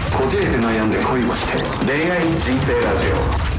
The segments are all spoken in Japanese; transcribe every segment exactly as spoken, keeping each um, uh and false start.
こじれて悩んで恋をして恋愛人生ラジオ。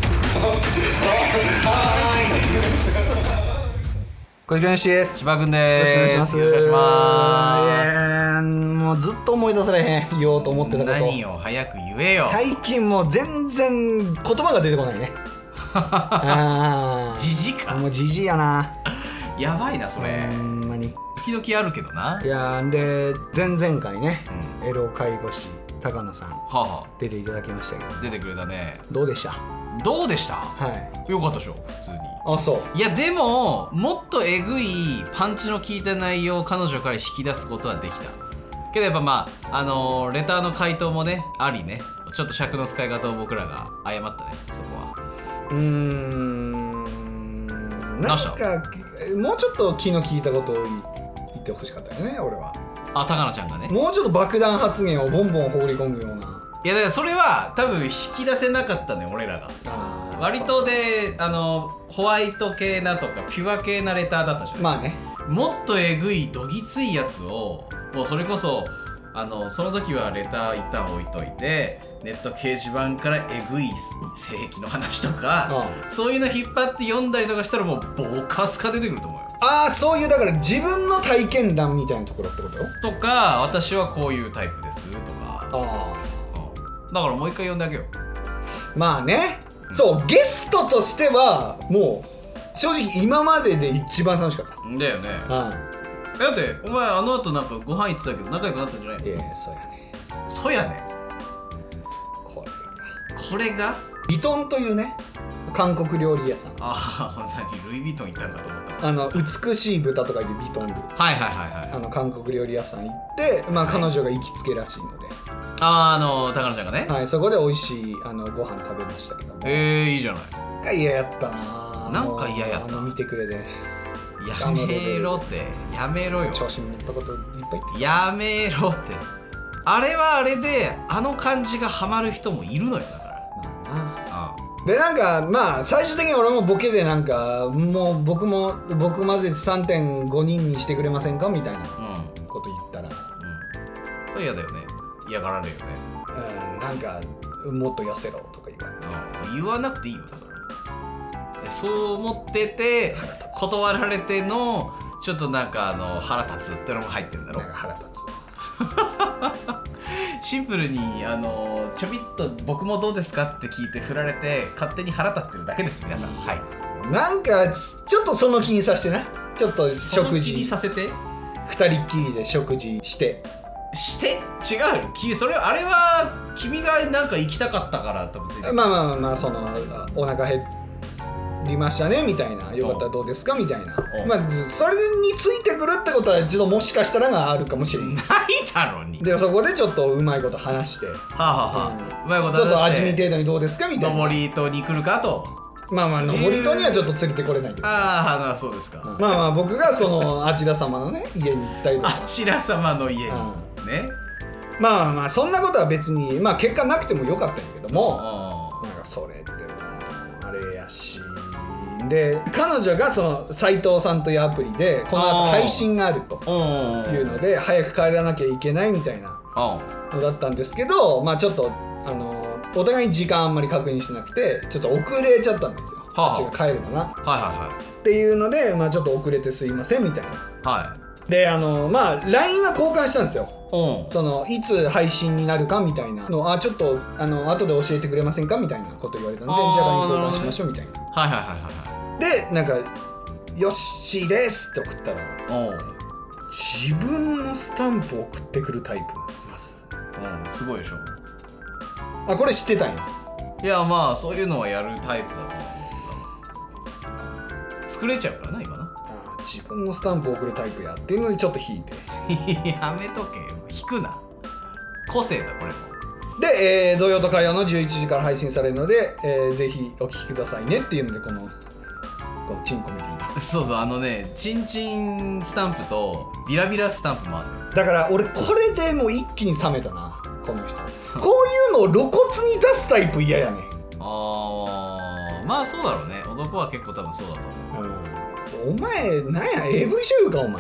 小池西です。 千葉くんです。 よろしくお願いします。 よろしくお願いします。もうずっと思い出されへん言おうと思ってたこと。 何を早く言えよ。 最近もう全然言葉が出てこないね。あジジか。 もうジジやな。 やばいなそれ。 ほんまに。 時々あるけどな。 いやーで前々回ね、うん、エロ介護士高野さん、はあはあ、出ていただきましたけど。 出てくれたね。 どうでした？ どうでした？ はい。 よかったでしょ普通に。 あ、そう。 いやでももっとえぐいパンチの効いた内容を彼女から引き出すことはできた。けどやっぱまああのー、レターの回答もねありね。ちょっと尺の使い方を僕らが誤ったねそこは。 うーん。なんかもうちょっと気の利いたことを言ってほしかったよね俺は。 あ、高野ちゃんがね。 もうちょっと爆弾発言をボンボン放り込むような。 いやだからそれは多分引き出せなかったね俺らが。あ割とであのホワイト系なとかピュア系なレターだったじゃん。 まあね。もっとえぐいどぎついやつをもうそれこそあのその時はレター一旦置いといてネット掲示板からえぐい性癖の話とか、ああそういうの引っ張って読んだりとかしたらもうボカスカ出てくると思うよ。 ああ、そういうだから自分の体験談みたいなところってこととか私はこういうタイプですとか。ああ、うん、だからもう一回読んであげよう。 まあね、うん、そうゲストとしてはもう正直今までで一番楽しかった。 だよね。うん。だってお前あの後なんかご飯行ってたけど仲良くなったんじゃない？ いやいや、そうやね。 そうやね。 これがこれがビトンというね韓国料理屋さん。 ああ、何ルイ・ヴィトン行ったのかと思った。 あの美しい豚とかでビトンル。 はいはいはいはい。 あの韓国料理屋さん行って、まあ彼女が行きつけらしいので。 ああ、あの高野ちゃんがね。 はい、そこで美味しいあのご飯食べましたけども。 えー、いいじゃない。 なんか嫌やったな。 なんか嫌やった。 あの見てくれで。 やめろってやめろよ。 調子に乗ったこといっぱい言って。 やめろって。あれはあれであの感じがハマる人もいるのよだから。 まあな。ああでなんかまあ最終的に俺もボケでなんかもう僕も僕まず さんてんご 人にしてくれませんかみたいなこと言ったら、うん、 それ嫌だよね。嫌がられるよね。 うん、なんかもっと痩せろとか言われる、うん、言わなくていいよだから。そう思ってて断られてのちょっとなんかあの腹立つってのも入ってるんだろ。 なんか腹立つシンプルにあのちょびっと僕もどうですかって聞いて振られて勝手に腹立ってるだけです皆さん。はい。 なんかちょっとその気にさせてな。ちょっと食事気にさせて二人っきりで食事してして違う。それあれは君がなんか行きたかったから多分ついて。 まあまあまあまあそのお腹減りましたねみたいな。よかったらどうですかみたいな。まあそれについてくるってことは一度もしかしたらがあるかもしれない。 ないだろうに。 でそこでちょっとうまいこと話して、はあはあはあ、うん、うまいこと話してちょっと味見程度にどうですかみたいな。 登りとに来るかと。 まあまあ登りとにはちょっとついてこれないけど。 ああそうですか。 うん、まあまあ僕がそのあちら様のね家に行ったりとか。 あちら様の家に、うん、ね。 まあまあまあそんなことは別にまあ結果なくてもよかったんやけども、なんかそれってあれやし。で彼女がその斉藤さんというアプリでこの後配信があるというので早く帰らなきゃいけないみたいなのだったんですけど、まあちょっとあのお互いに時間あんまり確認してなくてちょっと遅れちゃったんですよ。こっちが帰るのな。 はいはいはい。 っていうのでまあちょっと遅れてすいませんみたいな。 はい。 であのまあ ライン は交換したんですよ。そのいつ配信になるかみたいなのあちょっとあの後で教えてくれませんかみたいなこと言われたのでじゃあ ライン 交換しましょうみたいな。 はいはいはいはいはい。 でなんか「よっしーです」って送ったら自分のスタンプを送ってくるタイプ。まずうんすごいでしょ。 あこれ知ってたんや。 いやまあそういうのはやるタイプだと思う。作れちゃうからな今な。 あ自分のスタンプを送るタイプやっていうのにちょっと引いてやめとけよ。引くな。個性だこれも。 で、えー、土曜と火曜のじゅういちじから配信されるので、えー、ぜひお聞きくださいねっていうのでこのこのチンコみたいな。 そうそうあのねチンチンスタンプとビラビラスタンプもある。 だから俺これでもう一気に冷めたなこの人こういうのを露骨に出すタイプ嫌やね。 あーまあそうだろうね。男は結構多分そうだと思う。 うん、お前なんや エーブイ 女優かお前っていう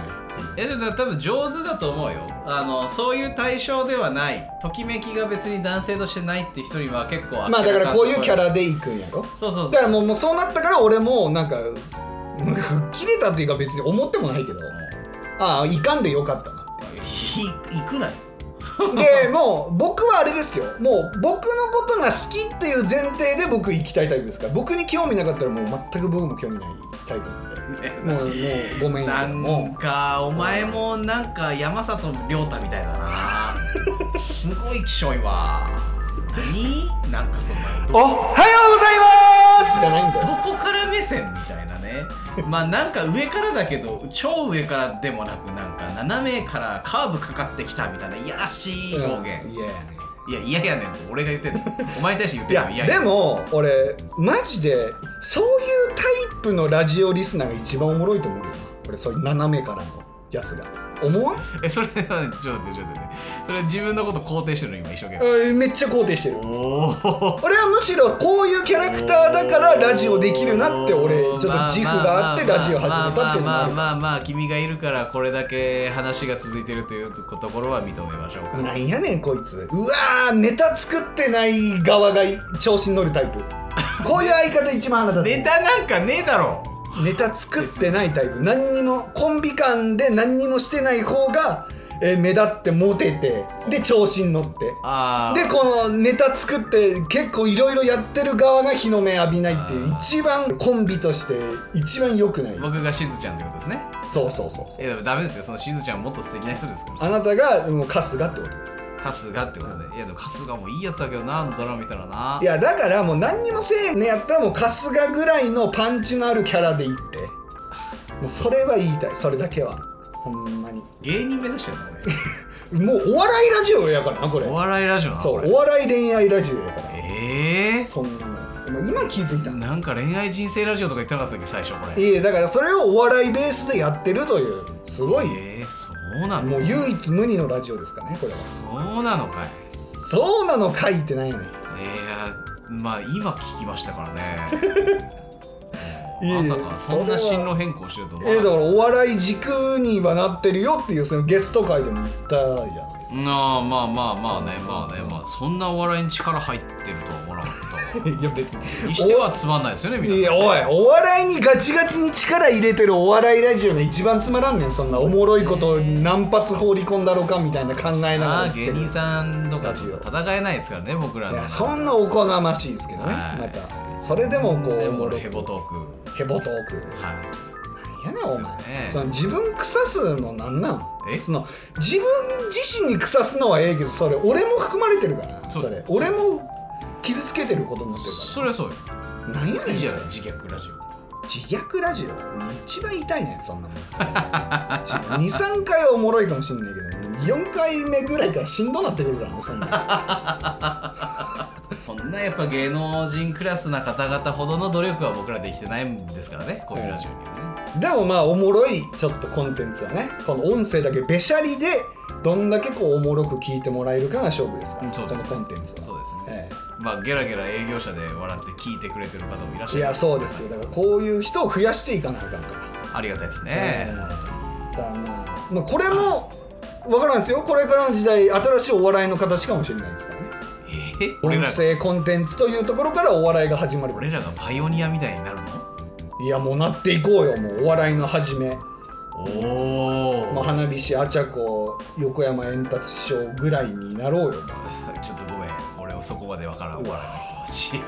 えだから多分上手だと思うよ。あのそういう対象ではない、ときめきが別に男性としてないって人には結構まあだからこういうキャラでいくんやろ。 そうそうそう。 だからもうもうそうなったから俺もなんか切れたっていうか別に思ってもないけど、ああいかんでよかったなっていくなよでもう僕はあれですよ、もう僕のことが好きっていう前提で僕行きたいタイプですから、僕に興味なかったらもう全く僕も興味ないタイプなんで、ね、もうもうごめんよ。 なんかお前もなんか山里亮太みたいだなすごいきしょいわ。何なんかそんなおはようございますじゃないんだよ。 どこから目線みたいなねまあなんか上からだけど超上からでもなく、なんか斜めからカーブかかってきたみたいないやらしい表現。 いややねいや嫌やねんと俺が言ってんのお前に対して言ってんの。 いやでも俺マジでそういうタイプのラジオリスナーが一番おもろいと思うよな。俺そういう斜めからのやつが思わん？ えそれちょっと待ってちょっと待ってそれ自分のこと肯定してるの今一生懸命。 めっちゃ肯定してる。 お俺はむしろこういうキャラクターだからラジオできるなって俺ちょっと自負があってラジオ始めたっていうのもある。 まあまあまあ君がいるからこれだけ話が続いてるというところは認めましょうか。 なんやねんこいつ。うわーネタ作ってない側が調子に乗るタイプこういう相方一番腹立つ。 ネタなんかねえだろ。 ネタ作ってないタイプ、何にもコンビ間で何にもしてない方が、えー、目立ってモテてで調子に乗ってあでこのネタ作って結構いろいろやってる側が日の目浴びないっていう一番コンビとして一番良くない。 僕がしずちゃんってことですね。 そうそうそうそう。 えでもダメですよ、そのしずちゃんもっと素敵な人ですから。 あなたがもう春日ってこと。 春日ってことで、いやでも春日もいいやつだけどな、あのドラマ見たらな。 いやだからもう何にもせえねやったらもう春日ぐらいのパンチのあるキャラでいってもうそれは言いたい。それだけはほんまに芸人目指してんの俺もうお笑いラジオやからなこれ。 お笑いラジオなの。 そうお笑い恋愛ラジオやから。 ええー、 そんなのもう今気づいた。 なんか恋愛人生ラジオとか言ってなかったっけ最初これ。 いやだからそれをお笑いベースでやってるというすごい、 えー、そうなの。 もう唯一無二のラジオですからねこれは。 そうなのかい。 そうなのかいってなんやねん。 いやまあ今聞きましたからねまさかそんな進路変更してると思わえない。 だからお笑い軸にはなってるよっていうそのゲスト会でも言ったじゃないですか。 なあまあまあまあねまあねまあそんなお笑いに力入ってるとは思わなかったいや別ににしてはつまんないですよね皆さん。 いやおいお笑いにガチガチに力入れてるお笑いラジオが一番つまらんねん。そんなおもろいことを何発放り込んだろかみたいな考えながらああ芸人さんとかちょっと戦えないですからね僕らの。 いやそんなおこがましいですけどね、 はいまたそれでもこうでも俺ヘボトークヘボトークはいなんやねんお前、 ね、 その自分腐すのなんなんえその自分自身に腐すのはええけどそれ俺も含まれてるからそれ俺も傷つけてることになってるからそれはそうよ。 なんやねんいいじゃない自虐ラジオ。 自虐ラジオ一番痛いねんそんなもんにさんかいはおもろいかもしんないけどよんかいめぐらいからしんどなってくるからねそんなこんなやっぱ芸能人クラスな方々ほどの努力は僕らできてないんですからねこういうラジオにはね。 でもまあおもろいちょっとコンテンツはねこの音声だけべしゃりでどんだけこうおもろく聞いてもらえるかが勝負ですから、 うんそうですねこのコンテンツは。 そうですね、 えまあゲラゲラ営業者で笑って聞いてくれてる方もいらっしゃる。 えいやそうですよだからこういう人を増やしていかなあかんからありがたいですね、 ええだからまあ、まあ、これも分からんですよこれからの時代新しいお笑いの形かもしれないですからね。 えー、俺音ら声コンテンツというところからお笑いが始まる。 俺らがパイオニアみたいになるの。 いやもうなっていこうよもうお笑いの始め。 おお、 まあ、花火師あちゃこ横山円達師匠ぐらいになろうよ。 ちょっとごめん俺そこまでわからんお笑いの人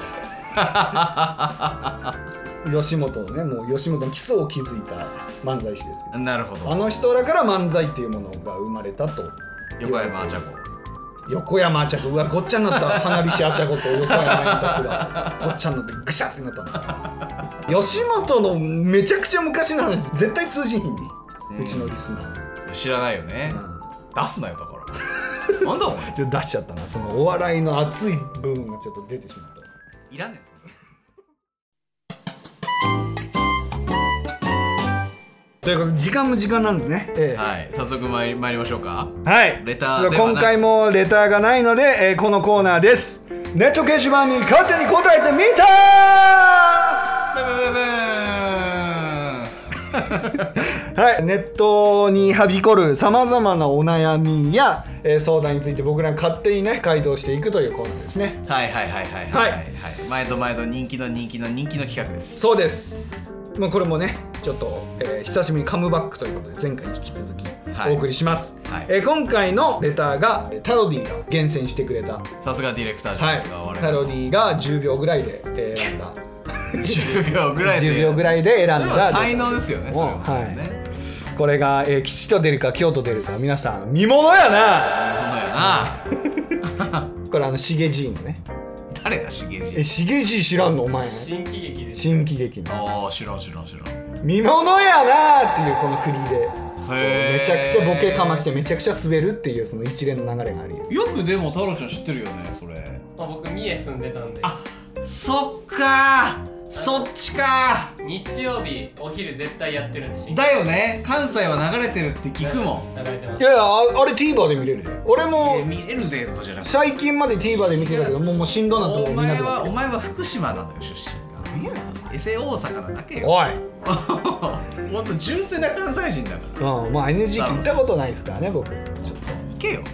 たち吉本のねもう吉本の基礎を築いた漫才師ですけどなるほど。 あの人らから漫才っていうものが生まれたと。 横山あちゃこ横山あちゃこうわごっちゃになった花火師あちゃこと横山円達がごっちゃになってぐしゃってなったの吉本のめちゃくちゃ昔の話絶対通じひんね、うん、うちのリスナー知らないよね、うん、出すなよだからなんだお前ちょっと出しちゃったなそのお笑いの熱い部分がちょっと出てしまったいらんねんということで時間も時間なんでね、ええ、 はい早速参り参りましょうか。 はいレターではな今回もレターがないので、えー、このコーナーです。ネット掲示板に勝手に答えてみたブブブブーンはい、ネットにはびこるさまざまなお悩みや、えー、相談について僕らが勝手にね回答していくというコーナーですね。 はいはいはいはいはい、はい、毎度毎度人気の人気の人気の企画です。 そうです。まあ、これもねちょっと、えー、久しぶりにカムバックということで前回に引き続きお送りします、はいはい。えー、今回のレターがタロディが厳選してくれた、 さすがディレクターじゃないですか、 はい、タロディがじゅうびょうぐらいで選んだじゅうびょうぐらいでじゅうびょうぐらいで選んだ才能ですよね、それはね、はい、 これが、えー、吉と出るか京と出るか皆さん見ものやな見ものやなこれあのしげじいのね。 誰だしげじい。 えしげじい知らんのお前。 新喜劇です。 新喜劇の。 ああ知らん知らん知らん。 見ものやなっていうこの振りでへめちゃくちゃボケかましてめちゃくちゃ滑るっていうその一連の流れがあるよ。 よくでも太郎ちゃん知ってるよねそれ。 あ、僕三重住んでたんで。 あ、そっかそっちか。 日曜日お昼絶対やってるんで。 だよね、関西は流れてるって聞くもん。 流れてます。 いやいや あ, あれ TVer で見れるで。俺も見れるぜとかじゃなくて最近まで TVer で見てたけどもうもうしんどなってお前はお前は福島なのよ出身が。エセ大阪なだけよ。 おいほんと純粋な関西人だから。 うん、まあ エヌジー 期行ったことないですからね僕。ちょっと行けよ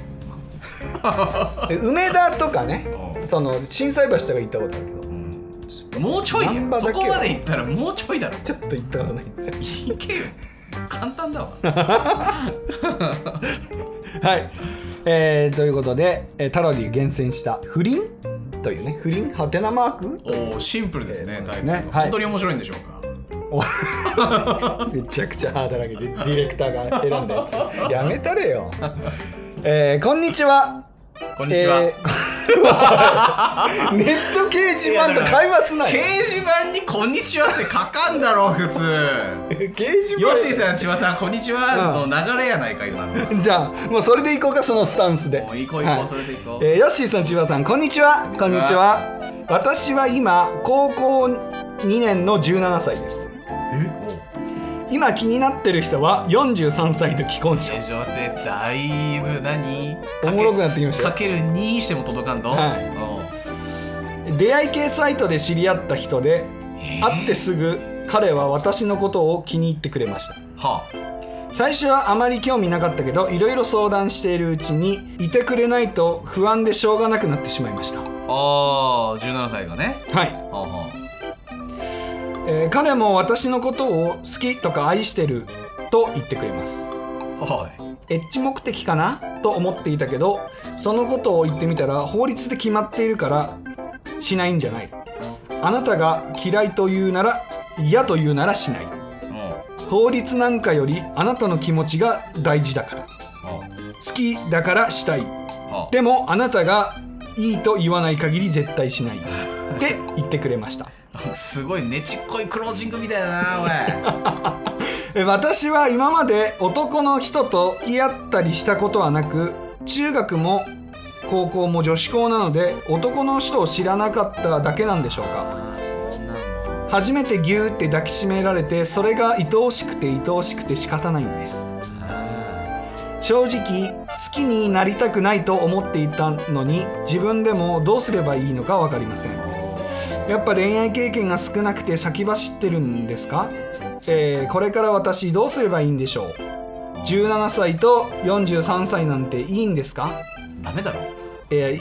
梅田とかねその心斎橋とか行ったことあるけど、 うん、もうちょいやそこまで行ったらもうちょいだろ。 ちょっと行ったことないんですよ。 行けよ簡単だわはい、えー、ということで、えー、タロディ厳選した不倫というね、不倫ハテナマーク。 おおシンプルですね、えー、タイトル、 ね、 本当に面白いんでしょうか。 めちゃくちゃハードル上げてディレクターが選んだやつやめたれよ。えー、こんにちは。 こんにちは、えー、ネット掲示板と会話すなよ。 掲示板にこんにちはって書かんだろう普通。 掲示板ヨッシーさん千葉さんこんにちはの流れやないか今の。 じゃあもうそれでいこうかそのスタンスで。 もう行こう行こう、はい、それでいこう。 えー、ヨッシーさん千葉さんこんにちは。こんにちは。私は今高校にねんのじゅうななさいです。 え今気になってる人はよんじゅうさんさいの既婚者。 形状ってだいぶ何おもろくなってきましたよ。 かけるにしても届かんと、 はい、出会い系サイトで知り合った人で会ってすぐ彼は私のことを気に入ってくれました、はあ、最初はあまり興味なかったけどいろいろ相談しているうちにいてくれないと不安でしょうがなくなってしまいました。 ああじゅうななさいがね。 はい、 はあはあえー、彼も私のことを好きとか愛してると言ってくれます。 はい、 エッチ目的かなと思っていたけどそのことを言ってみたら法律で決まっているからしないんじゃない。あなたが嫌いと言うなら嫌と言うならしない、うん、法律なんかよりあなたの気持ちが大事だから、うん、好きだからしたい、うん、でもあなたがいいと言わない限り絶対しないって言ってくれました。 すごいねちっこいクロージングみたいだなおい私は今まで男の人と付き合ったりしたことはなく中学も高校も女子校なので男の人を知らなかっただけなんでしょうか。 あそんなの初めてギューって抱きしめられてそれが愛おしくて愛おしくて仕方ないんです。正直好きになりたくないと思っていたのに自分でもどうすればいいのか分かりません。やっぱ恋愛経験が少なくて先走ってるんですか、えー、これから私どうすればいいんでしょう。じゅうななさいとよんじゅうさんさいなんていいんですか。 ダメだろ、 え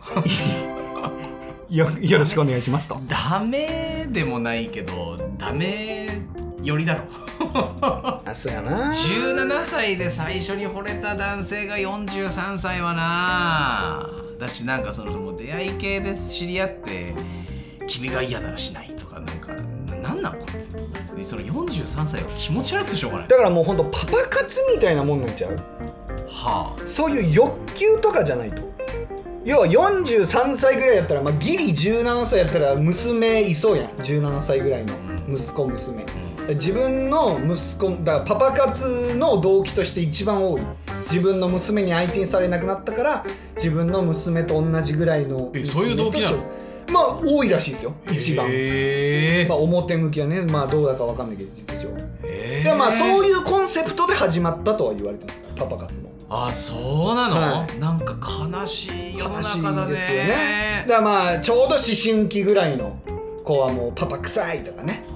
ー、よ, よろしくお願いしますと。 ダメでもないけどダメよりだろあそうやな。 じゅうななさいで最初に惚れた男性がよんじゅうさんさいはなだし、なんかそのもう出会い系で知り合って君が嫌ならしないとかなんかなんなんこいつ。そのよんじゅうさんさいは気持ち悪くてしょうがない。 だからもうほんとパパ活みたいなもんなんちゃう。はあ、そういう欲求とかじゃないと。要はよんじゅうさんさいぐらいやったら、まあ、ギリじゅうななさいやったら娘いそうやん。じゅうななさいぐらいの息子娘、うん、自分の息子だからパパ活の動機として一番多い。自分の娘に相手にされなくなったから自分の娘と同じぐらいの。 えそういう動機なの。 まあ多いらしいですよ一番。 へー、 まあ表向きはね、まあどうだかわかんないけど実情。へー、でまあそういうコンセプトで始まったとは言われてますからパパ活も。 あそうなの、はい、なんか悲しい世の中だね。悲しいですよね。 だからまあちょうど思春期ぐらいの子はもうパパ臭いとかね、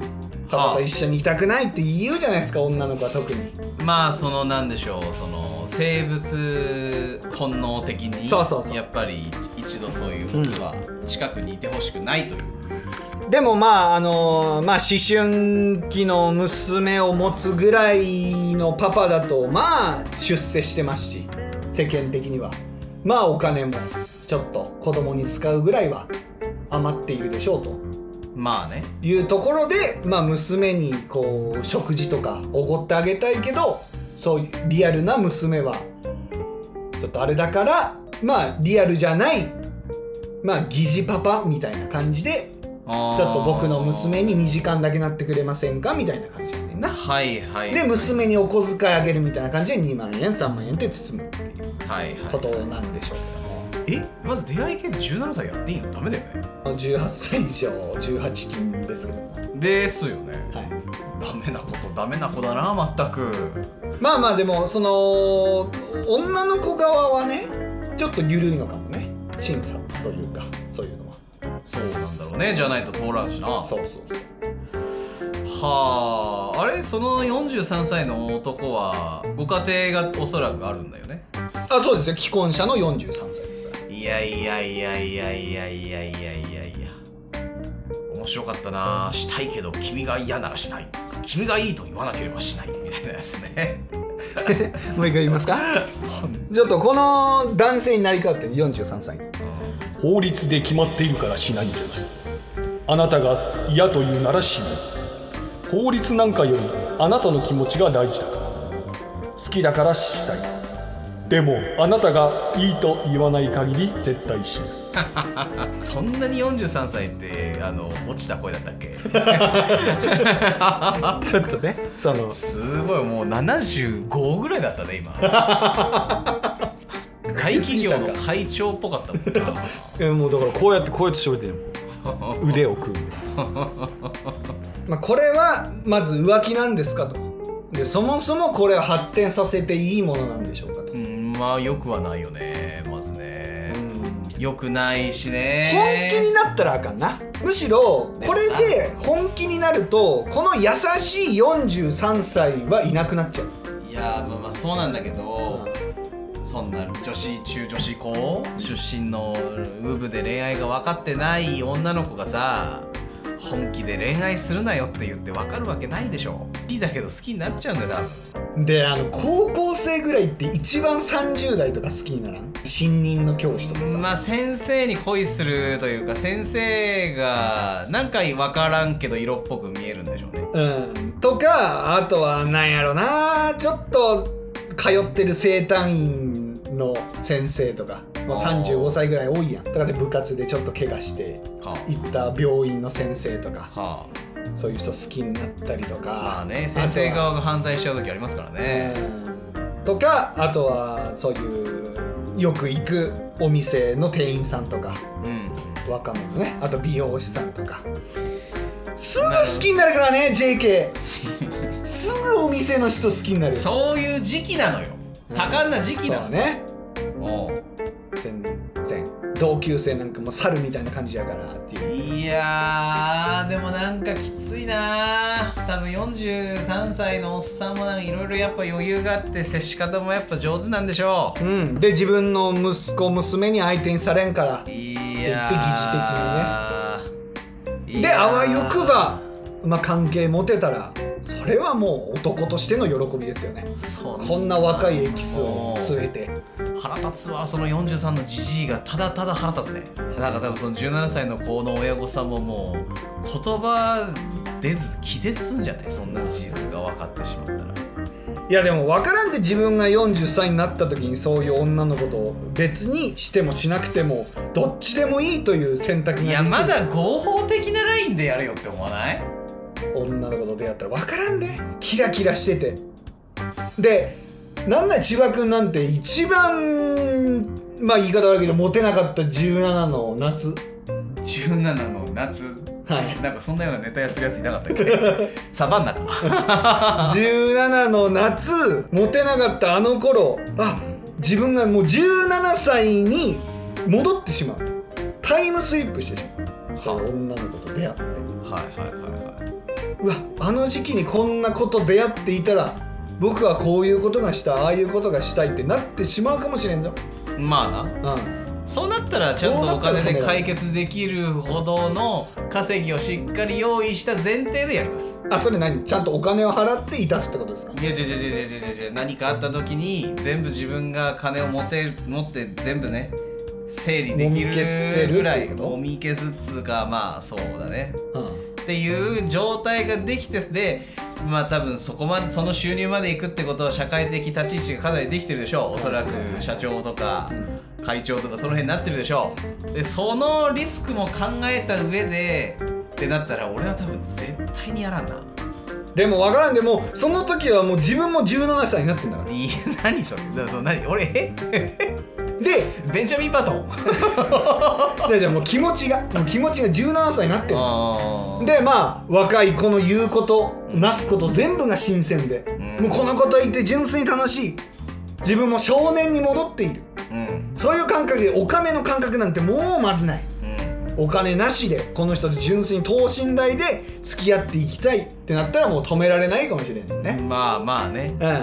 パパと一緒にいたくないって言うじゃないですか、女の子は特に。 まあそのなんでしょう、その生物本能的にそうそうそうやっぱり一度そういうオスは近くにいてほしくないという、 うん、でもまああのまあ思春期の娘を持つぐらいのパパだとまあ出世してますし、世間的にはまあお金もちょっと子供に使うぐらいは余っているでしょうとまあねいうところで、まあ、娘にこう食事とかおごってあげたいけど、そういうリアルな娘はちょっとあれだから、まあリアルじゃないまあ疑似パパみたいな感じでちょっと僕の娘ににじかんだけなってくれませんかみたいな感じやねんな。 はいはい、 で娘にお小遣いあげるみたいな感じでにまんえんさんまんえんって包むっていうはいはいことなんでしょうけども、 えまず出会い系でじゅうななさいやっていいの？ダメだよね。 じゅうはっさい以上じゅうはちきんですけども、 ですよね、 はい、 ダメなことダメな子だな全く。 まあまあでもその女の子側はねちょっと緩いのかもね、審査というかそういうのは。 そうなんだろうね、じゃないと通らんしな。 そうそうそう。 はあ、あれそのよんじゅうさんさいの男はご家庭がおそらくあるんだよね。 あ、そうですよ、既婚者のよんじゅうさんさいですから。 いやいやいやいやいやいやいやいやいや面白かったな。したいけど君が嫌ならしない、君がいいと言わなければしないみたいなやつねもう一回言いますかちょっとこの男性になり変わってよんじゅうさんさいの、 法律で決まっているからしないんじゃない。あなたが嫌と言うならしない。法律なんかよりあなたの気持ちが大事だから。好きだからしたい。でもあなたがいいと言わない限り絶対しない。 そんなによんじゅうさんさいってあの落ちた声だったっけちょっとねそのすごいもうななじゅうごぐらいだったね今大企業の会長っぽかったもんなえもうだからこうやってこうやって喋ってるもん腕を組むまあこれはまず浮気なんですかと。でそもそもこれは発展させていいものなんでしょうかと。 うんまあよくはないよねまずね。よくないしね。 本気になったらあかんな。むしろこれで本気になるとこの優しいよんじゅうさんさいはいなくなっちゃう。 いやまあまあそうなんだけど、そんな女子中女子高出身のウブで恋愛が分かってない女の子がさ本気で恋愛するなよって言って分かるわけないでしょ。好きだけど好きになっちゃうんだよ多分。 であの高校生ぐらいって一番さんじゅう代とか好きにならん？新任の教師とかさ。 まあ先生に恋するというか先生がなんか分からんけど色っぽく見えるんでしょうね。 うんとかあとはなんやろな、ちょっと通ってる生誕院の先生とかもうさんじゅうごさいぐらい多いやん。だから部活でちょっと怪我して行った病院の先生とか、はあ、そういう人好きになったりとか。 まあね先生側が犯罪しちゃう時ありますからね。 とかあとはそういうよく行くお店の店員さんとか、うん、若者ね、あと美容師さんとかすぐ好きになるからね ジェーケー すぐお店の人好きになる。 そういう時期なのよ、多感な時期なのね。 おう全然同級生なんかも猿みたいな感じやからっていう。 いやーでもなんかきついな。多分よんじゅうさんさいのおっさんもなんかいろいろやっぱ余裕があって接し方もやっぱ上手なんでしょう。 うんで自分の息子娘に相手にされんからって言って疑似的にね。であわよくば、まあ、関係持てたらそれはもう男としての喜びですよね。こんな若いエキスを据えて。 腹立つわそのよんじゅうさんのジジイがただただ腹立つね。だから多分そのじゅうななさいの子の親御さんももう言葉出ず気絶すんじゃない、そんな事実が分かってしまったら。 いやでも分からんで自分がよんじゅっさいになった時にそういう女の子と別にしてもしなくてもどっちでもいいという選択ができる。 いやまだ合法的なラインでやるよって思わない？ 女の子と出会ったら分からんで、キラキラしてて。でなんだ千葉君なんて一番まあ言い方悪いけどモテなかったじゅうななの夏。 じゅうななの夏、 はい、 なんかそんなようなネタやってるやついなかったっけサバンナかじゅうななの夏モテなかったあの頃、あ自分がもうじゅうななさいに戻ってしまう、タイムスリップしてしまう。その女の子と出会って、 はいはいはいはい。 うわあの時期にこんなこと出会っていたら僕はこういうことがしたああいうことがしたいってなってしまうかもしれんぞ。 まあな、 うん、 そうなったらちゃんとお金で解決できるほどの稼ぎをしっかり用意した前提でやります。 あ、それ何？ちゃんとお金を払っていたすってことですか？ いや、じゃじゃじゃじゃじゃじゃ何かあった時に全部自分が金を持て持って全部ね整理できるぐらいもみ消すっつうか、まあそうだね、うん、っていう状態ができて、でまあ多分そこまでその収入までいくってことは社会的立ち位置がかなりできてるでしょう。おそらく社長とか会長とかその辺になってるでしょう。でそのリスクも考えた上でってなったら俺は多分絶対にやらんな。 でも分からんでもその時はもう自分もじゅうななさいになってんだから。 いや何それ、だからその何俺えでベンジャミン・バトンじゃあじゃあもう気持ちがもう気持ちがじゅうななさいになってる。でまあ若い子の言うことなすこと全部が新鮮で、うん、もうこの子といて純粋に楽しい、自分も少年に戻っている、うん、そういう感覚でお金の感覚なんてもうまずない、うん、お金なしでこの人と純粋に等身大で付き合っていきたいってなったらもう止められないかもしれないね。 まあまあね、うん、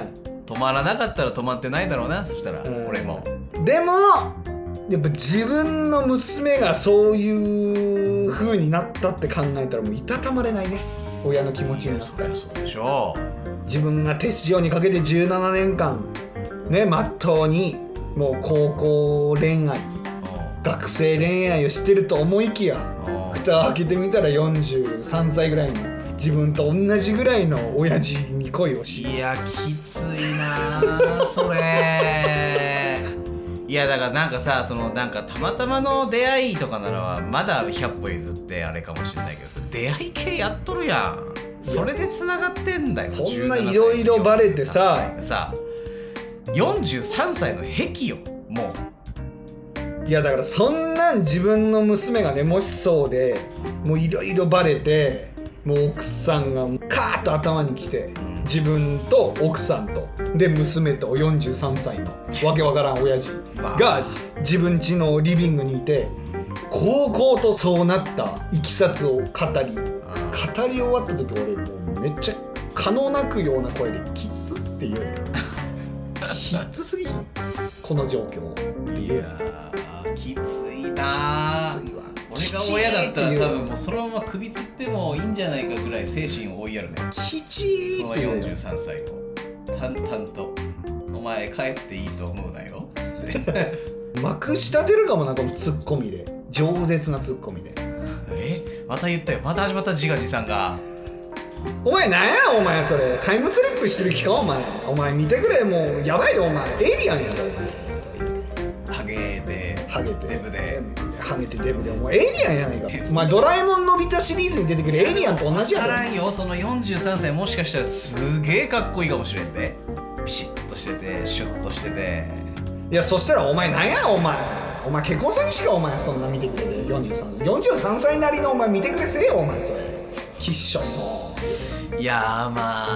止まらなかったら止まってないだろうな。そしたら、うん、俺もでもやっぱ自分の娘がそういう風になったって考えたらもういたたまれないね、親の気持ちが。 そりゃそうでしょう。自分が手塩にかけてじゅうななねんかんねまっとうにもう高校恋愛学生恋愛をしてると思いきや蓋を開けてみたらよんじゅうさんさいぐらいの自分と同じぐらいの親父に恋をし、 いやきついなそれいやだからなんかさ、そのなんかたまたまの出会いとかならまだひゃっぽ譲ってあれかもしれないけどさ、出会い系やっとるやん。それでつながってんだよ。 そんないろいろバレてささよんじゅうさんさいの癖よもう。いやだからそんなん自分の娘がねもしそうでもういろいろバレてもう奥さんがカーッと頭にきて、うん、自分と奥さんとで娘とよんじゅうさんさいのわけわからん親父が自分家のリビングにいてこうこうとそうなったいきさつを語り語り終わった時俺もうめっちゃ可能なくような声でキッズって言うねキッズすぎひんこの状況。 いやーきついなー。きついわ。俺が親だったら多分もうそのまま首つってもいいんじゃないかぐらい精神を追いやるね。 きちーそのよんじゅうさんさいの淡々とお前帰っていいと思うなよつってまくし立てるかもなこのツッコミで、饒舌なツッコミで。 えまた言ったよ、また始まった自画自賛が。 お前なんやお前それタイムスリップしてる気かお前。お前見てくれもうやばいでお前エイリアンやろお前。 ハゲでハゲてデブでハゲてデブでお前エイリアンやないかお前。ドラえもんのび太シリーズに出てくるエイリアンと同じやろ。 分からんよ、そのよんじゅうさんさいもしかしたらすげえかっこいいかもしれんで、ピシッとしててシュッとしてて。 いやそしたらお前なんやお前お前結婚詐欺しかお前そんな見てくれてよんじゅうさんさいよんじゅうさんさいなりのお前見てくれせえよお前それきっしょいの。 いやーま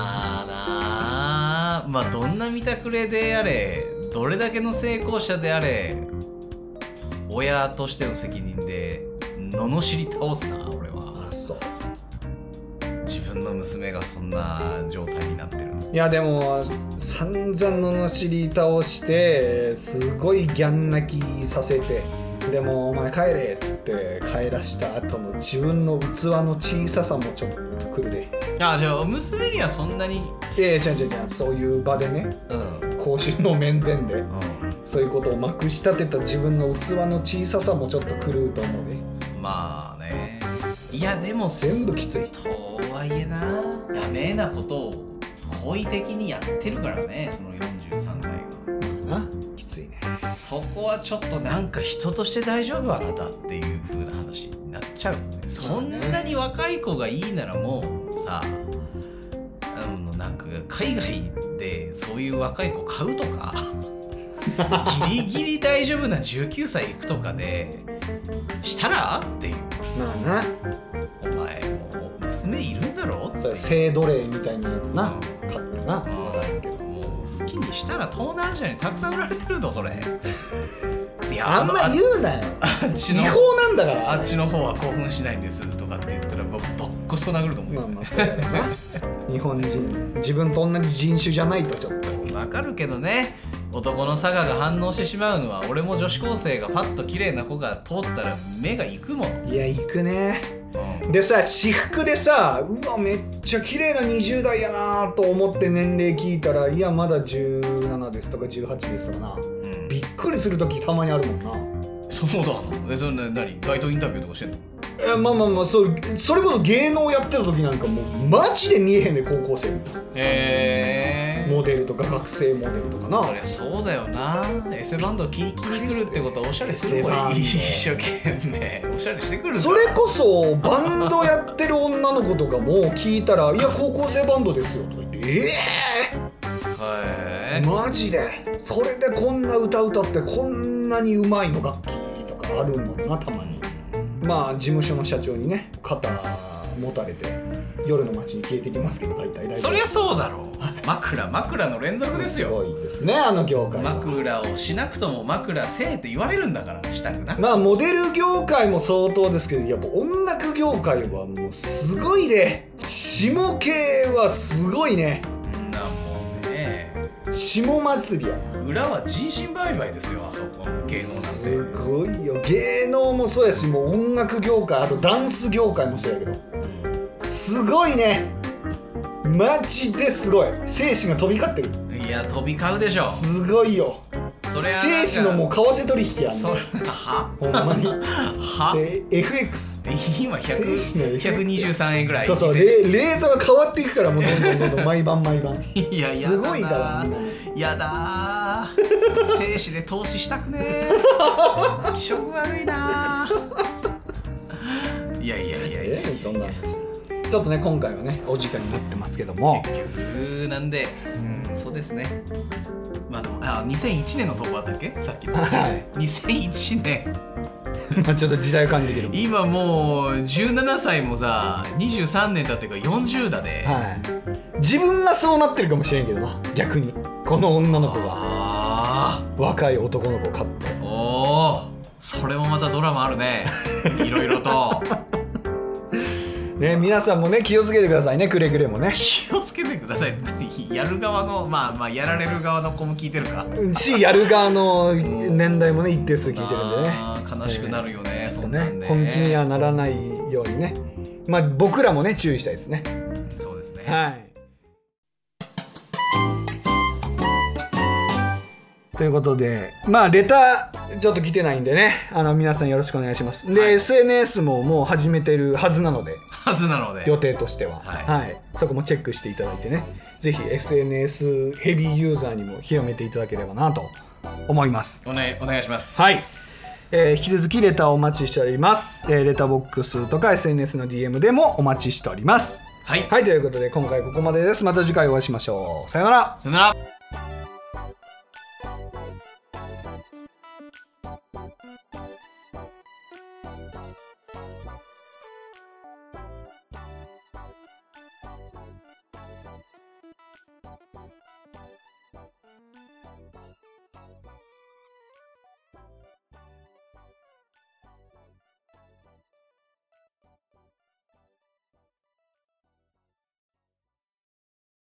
あなー、まあどんな見たくれであれどれだけの成功者であれ親としての責任で罵り倒すな俺は。 あそう自分の娘がそんな状態になってる。 いやでも散々罵り倒してすごいギャン泣きさせてでもお前帰れっつって帰らした後の自分の器の小ささもちょっとくるで。 あじゃあ娘にはそんなに。 いやいや違う違う違うそういう場でね、うん、公衆の面前で、うん、そういうことをまくし立てた自分の器の小ささもちょっと狂うと思うね。 まあね。いやでも全部きついとはいえなダメなことを好意的にやってるからねそのよんじゅうさんさいが。 なきついね。 そこはちょっとなんか人として大丈夫あなたっていう風な話になっちゃう、ね、そんなに若い子がいいならもうさあのなんか海外でそういう若い子買うとかギリギリ大丈夫なじゅうきゅうさい行くとかでしたらっていう。 まあなお前もう娘いるんだろってそれ性奴隷みたいなやつな、うん、買ってな、うん、 もう好きにしたら東南アジアにたくさん売られてるぞそれいやあんま言うなよ。 あっちの違法なんだからあっちの方は興奮しないんですとかって言ったらボッコスコ殴ると思うよ、 まあまあそうだよな日本人自分と同じ人種じゃないとちょっとわかるけどね、男の差がが反応してしまうのは、俺も女子高生がパッと綺麗な子が通ったら目が行くもん。 いや行くね。 うんでさ私服でさうわめっちゃ綺麗なにじゅう代やなと思って年齢聞いたらいやまだじゅうななですとかじゅうはちですとかな、 うんびっくりする時たまにあるもんな。 そうだの。え、それな何街頭インタビューとかしてんの？ いやまあまあまあそれそれこそ芸能やってた時なんかもうマジで見えへんね高校生へえ。 モデルとか学生モデルとかな。 そりゃそうだよな。エセバンド聞きに来るってことはおしゃれするエセバンドわ。一生懸命おしゃれしてくるんだ。 それこそバンドやってる女の子とかも聞いたら「いや高校生バンドですよ」とか言って「ええへー、マジでそれでこんな歌歌ってこんなにうまいの楽器とかあるもんなたまに。まあ事務所の社長にね肩持たれて夜の街に消えてきますけど大体ライブそりゃそうだろう。枕枕の連続ですよ。 すごいですねあの業界は。 枕をしなくとも枕せえって言われるんだからしたくな。 まあモデル業界も相当ですけどやっぱ音楽業界はもうすごいね。下系はすごいね。 んなもうね、 下祭りやな。 裏は人身売買ですよ、あそこの芸能すなんて。 ごいよ。芸能もそうやしもう音楽業界あとダンス業界もそうやけどすごいね。マジですごい。精子が飛び交ってる。 いや飛び交うでしょ。 すごいよ。 それは精子のもう為替取引やんそね。 はほんまにはで エフエックス今精子の エフエックスひゃくにじゅうさんえんぐらい。 そうそうレレートが変わっていくからもうどんどんどんどん毎晩毎晩いやいやすごいから今やだー精子で投資したくねー気色悪いなーいやいやいやいやいやえーそんなちょっとね今回はねお時間になってますけども結局なんで、うん、そうですね。まあでもあにせんいちねんの投稿だったっけさっきの、 はいにせんいちねんまあちょっと時代を感じるけども今もうじゅうななさいもさにじゅうさんねん経ってからよんじゅうだで、 はい自分がそうなってるかもしれんけどな逆にこの女の子があ若い男の子を買ってーおーそれもまたドラマあるねいろいろとね皆さんもね気をつけてくださいねくれぐれもね気をつけてください。やる側のまあまあやられる側の子も聞いてるかしやる側の年代もね一定数聞いてるんでねあー悲しくなるよね、 えーそんなんね本気にはならないようにねまあ僕らもね注意したいですねそうですね、 はいということでまあレターちょっと来てないんでねあの皆さんよろしくお願いしますで、 はいエスエヌエス ももう始めてるはずなのではずなので予定としては、 はいはい、そこもチェックしていただいてねぜひ エスエヌエス ヘビーユーザーにも広めていただければなと思いますお,、ね、お願いします。 はい、えー引き続きレターをお待ちしております、えーレターボックスとか エスエヌエス の ディーエム でもお待ちしておりますはい、 はいということで今回ここまでですまた次回お会いしましょうさよならさよなら。